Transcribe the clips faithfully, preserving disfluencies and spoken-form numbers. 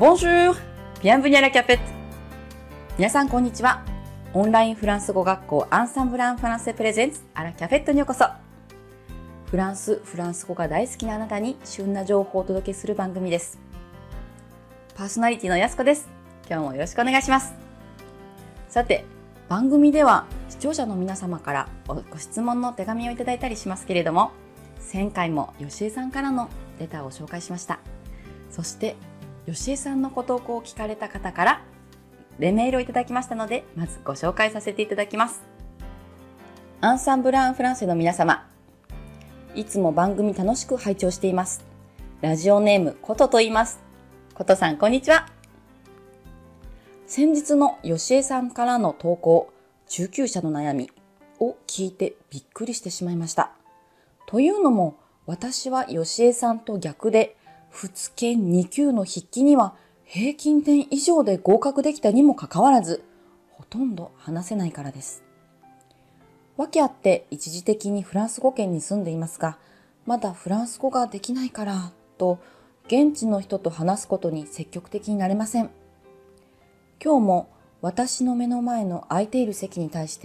Bonjour! Bienvenue à la cafette! 皆さんこんにちは。オンラインフランス語学校アンサンブランフランセプレゼンツアラキャフェットにようこそ。フランス、フランス語が大好きなあなたに旬な情報をお届けする番組です。パーソナリティのやすこです。今日もよろしくお願いします。さて、番組では視聴者の皆様からご質問の手紙をいただいたりしますけれども、前回もよしえさんからのレターを紹介しました。そしてよしえさんのご投稿を聞かれた方からメールをいただきましたので、まずご紹介させていただきます。アンサンブランフランセの皆様、いつも番組楽しく拝聴しています。ラジオネームことと言います。ことさんこんにちは。先日のよしえさんからの投稿、中級者の悩みを聞いてびっくりしてしまいました。というのも、私はよしえさんと逆で、仏研に級の筆記には平均点以上で合格できたにもかかわらず、ほとんど話せないからです。訳あって一時的にフランス語圏に住んでいますが、まだフランス語ができないからと、現地の人と話すことに積極的になれません。今日も私の目の前の空いている席に対して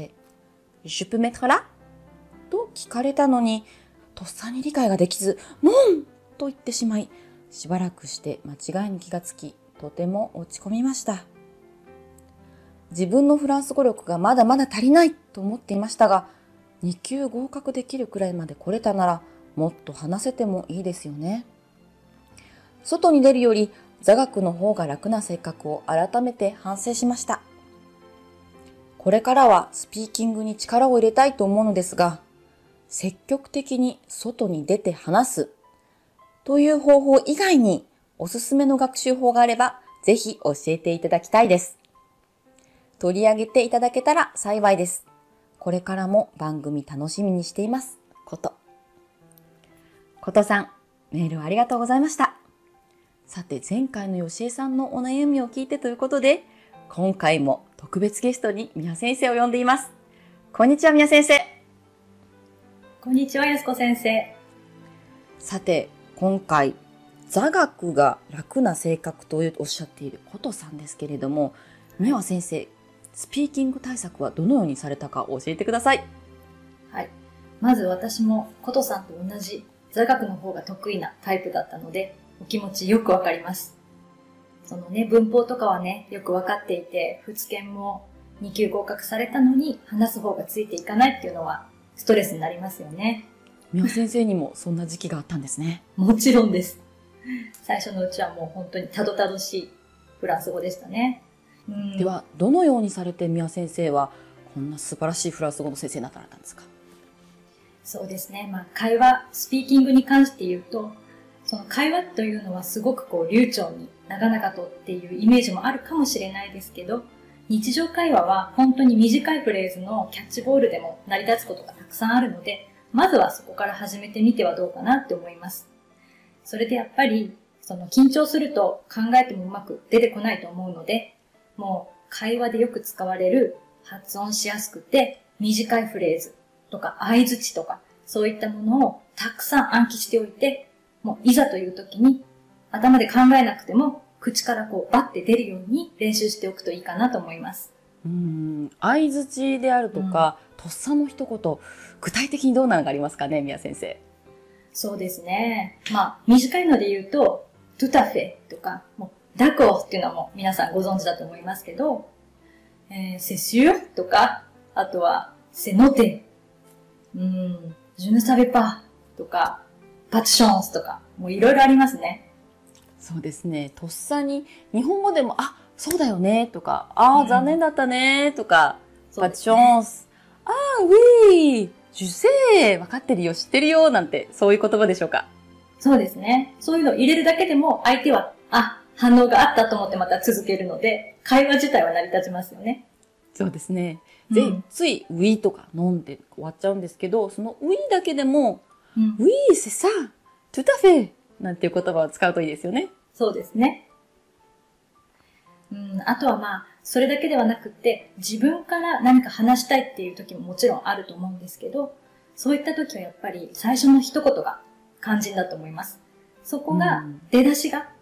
、Je peux mettre là? と聞かれたのに、とっさに理解ができず、ノンと言ってしまい、しばらくして間違いに気がつき、とても落ち込みました。自分のフランス語力がまだまだ足りないと思っていましたが、に級合格できるくらいまで来れたなら、もっと話せてもいいですよね。外に出るより座学の方が楽な性格を改めて反省しました。これからはスピーキングに力を入れたいと思うのですが、積極的に外に出て話すという方法以外におすすめの学習法があれば、ぜひ教えていただきたいです。取り上げていただけたら幸いです。これからも番組楽しみにしています。こと。ことさん、メールありがとうございました。さて、前回のよしえさんのお悩みを聞いてということで、今回も特別ゲストに宮先生を呼んでいます。こんにちは、宮先生。 こんにちは、やすこ先生。 さて、今回、座学が楽な性格とおっしゃっていることさんですけれども、宮先生、スピーキング対策はどのようにされたか教えてください。 はい。まず私もことさんと同じ座学の方が得意なタイプだったので、お気持ちよくわかります。そのね、文法とかはね、よくわかっていて、仏研もに級合格されたのに話す方がついていかないっていうのはストレスになりますよね。 宮先生にもそんな時期があったんですね。 もちろんです。最初のうちはもう本当にたどたどしいフランス語でしたね。 うん、では、どのようにされて宮先生はこんな素晴らしいフランス語の先生になったんですか？ そうですね。まあ、会話、スピーキングに関して言うと、その会話というのはすごくこう流暢に長々とっていうイメージもあるかもしれないですけど、日常会話は本当に短いフレーズのキャッチボールでも成り立つことがたくさんあるので、まずはそこから始めてみてはどうかなって思います。それでやっぱり、その緊張すると考えてもうまく出てこないと思うので、もう会話でよく使われる発音しやすくて短いフレーズとか相槌とかそういったものをたくさん暗記しておいて、もういざという時に頭で考えなくても口からこうバッて出るように練習しておくといいかなと思います。 うーん、相槌であるとか、うん、とっさの一言、具体的にどうなのがありますかね、宮先生。 そうですね。まあ、短いので言うと、tout à faitとか、もう、d'accordっていうのも皆さんご存知だと思いますけど、えー、c'est sûrとか、あとは、c'est noté、うーん、je ne savais pasとか、pas de chanceとか、もういろいろありますね。 そうですね。とっさに、日本語でも、あ、そうだよねとか、ああ、うん、残念だったねとか、pas de chance、ああ、oui、受精、分かってるよ、知ってるよ、なんて、そういう言葉でしょうか？ そうですね。そういうのを入れるだけでも、相手は、あ、反応があったと思ってまた続けるので、会話自体は成り立ちますよね。 そうですね。で、うん、つい、ウィとか、ノンで終わっちゃうんですけど、そのウィだけでも、うん、ウィ、c'est ça、tout à fait、なんていう言葉を使うといいですよね。 そうですね。うん、あとはまあ、それだけではなくって、自分から何か話したいっていう時ももちろんあると思うんですけど、そういった時はやっぱり最初の一言が肝心だと思います。そこが、出だしが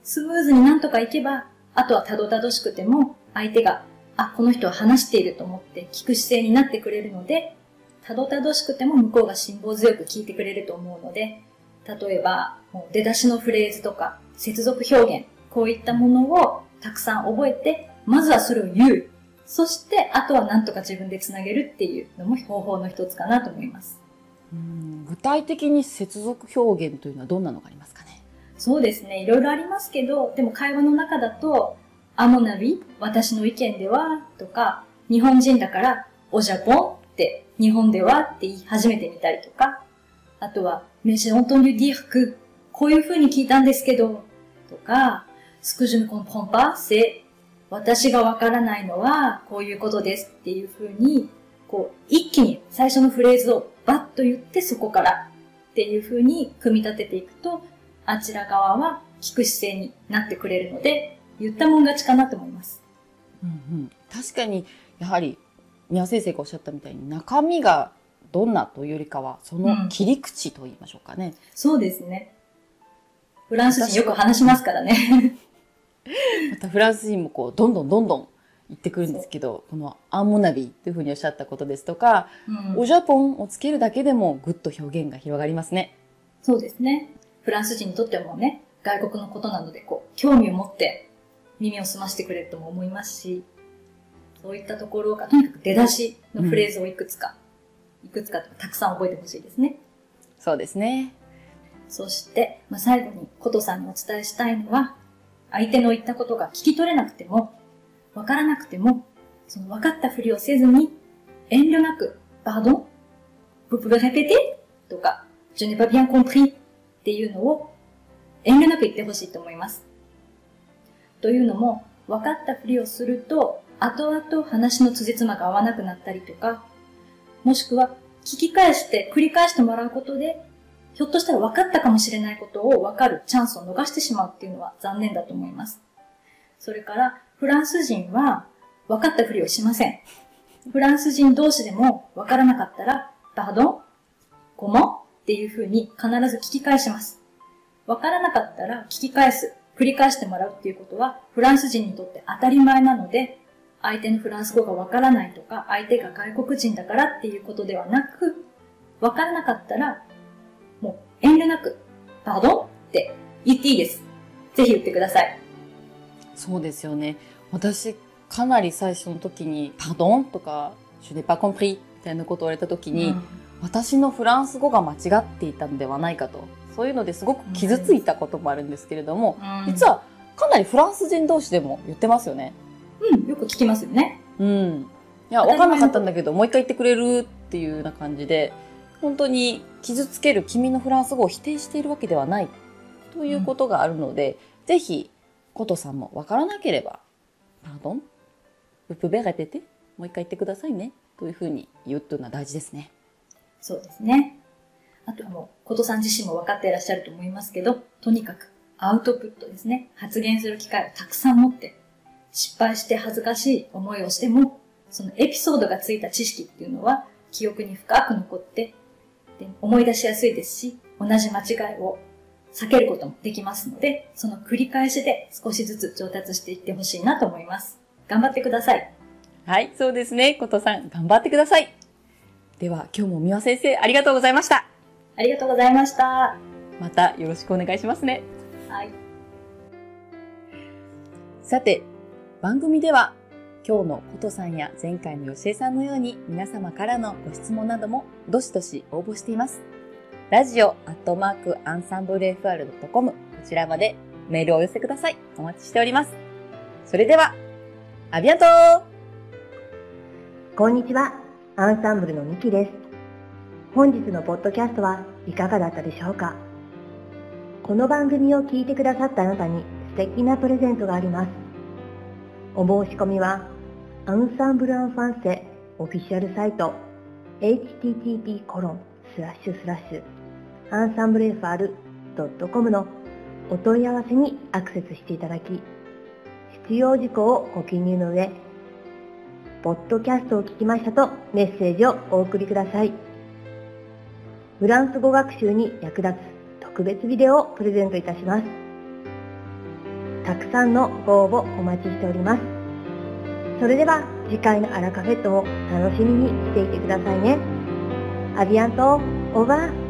スムーズになんとかいけば、あとはたどたどしくても、相手が、あ、この人は話していると思って聞く姿勢になってくれるので、たどたどしくても向こうが辛抱強く聞いてくれると思うので、例えば、もう出だしのフレーズとか、接続表現、こういったものをたくさん覚えて、まずはそれを言う。そして、あとはなんとか自分でつなげるっていうのも方法の一つかなと思います。 うん、具体的に接続表現というのはどんなのがありますかね？ そうですね。いろいろありますけど、でも会話の中だと、アモナビ、私の意見では、とか、日本人だから、オジャポンって、日本ではって言い始めてみたりとか、あとは、mais j'ai entendu dire que、こういう風に聞いたんですけど、とか、ce que je ne comprends pas, c'est、私がわからないのは、こういうことですっていう風に、こう、一気に最初のフレーズをバッと言ってそこからっていう風に組み立てていくと、あちら側は聞く姿勢になってくれるので、言ったもん勝ちかなと思います。 うんうん、確かに、やはり、宮先生がおっしゃったみたいに、中身がどんなというよりかは、その切り口と言いましょうかね。うん、 そうですね。フランス人よく話しますからね。 またフランス人もこう、どんどんどんどん言ってくるんですけど、このアンモナビというふうにおっしゃったことですとか、うん、オジャポンをつけるだけでもぐっと表現が広がりますね。 そうですね。フランス人にとってもね、外国のことなので、こう、興味を持って耳を澄ましてくれるとも思いますし、そういったところが、とにかく出だしのフレーズをいくつか、うん、いくつかたくさん覚えてほしいですね。 そうですね。 そして、まあ、最後にことさんにお伝えしたいのは、相手の言ったことが聞き取れなくても、わからなくても、その分かったふりをせずに、遠慮なく、pardon, vous pouvez répéter? とか、je n'ai pas bien compris っていうのを遠慮なく言ってほしいと思います。というのも、分かったふりをすると、後々話の辻褄が合わなくなったりとか、もしくは聞き返して繰り返してもらうことで、ひょっとしたら分かったかもしれないことを分かるチャンスを逃してしまうっていうのは残念だと思います。それから、フランス人は分かったふりをしません。フランス人同士でも分からなかったら、pardon? comment? っていうふうに必ず聞き返します。分からなかったら聞き返す、繰り返してもらうっていうことは、フランス人にとって当たり前なので、相手のフランス語が分からないとか、相手が外国人だからっていうことではなく、分からなかったら、もう遠慮なく、pardon? って言っていいです。ぜひ言ってください。 そうですよね。私、かなり最初の時に、pardon? とか、je n'ai pas compris? みたいなことを言われた時に、うん、私のフランス語が間違っていたのではないかと、そういうのですごく傷ついたこともあるんですけれども、うん、実はかなりフランス人同士でも言ってますよね。 うん、よく聞きますよね。 うん。いや、わかんなかったんだけど、もう一回言ってくれるっていうような感じで、本当に傷つける君のフランス語を否定しているわけではないということがあるので、うん、ぜひ、ことさんもわからなければ、pardon? vous pouvez répéter? もう一回言ってくださいね。というふうに言うというのは大事ですね。 そうですね。あとはもう、ことさん自身も分かっていらっしゃると思いますけど、とにかくアウトプットですね。発言する機会をたくさん持って、失敗して恥ずかしい思いをしても、そのエピソードがついた知識っていうのは、記憶に深く残って、で思い出しやすいですし、同じ間違いを避けることもできますので、その繰り返しで少しずつ上達していってほしいなと思います。頑張ってください。 はい、そうですね。ことさん、頑張ってください。では、今日も三輪先生、ありがとうございました。 ありがとうございました。 またよろしくお願いしますね。 はい。 さて、番組では、今日のことさんや前回のよしえさんのように皆様からのご質問などもどしどし応募しています。ラジオアットマークアンサンブル エフアールドットコム こちらまでメールをお寄せください。お待ちしております。それでは、アビアントー！ こんにちは、アンサンブルのミキです。本日のポッドキャストはいかがだったでしょうか？この番組を聞いてくださったあなたに素敵なプレゼントがあります。お申し込みは、アンサンブルアンファンセオフィシャルサイト エイチティーティーピーコロンスラッシュスラッシュアンサンブルエフアールドットコムのお問い合わせにアクセスしていただき、必要事項をご記入の上、ポッドキャストを聞きましたとメッセージをお送りください。フランス語学習に役立つ特別ビデオをプレゼントいたします。 たくさんのご応募お待ちしております。それでは次回のアラカフェットも楽しみにしていてくださいね。アビアント、オーバー。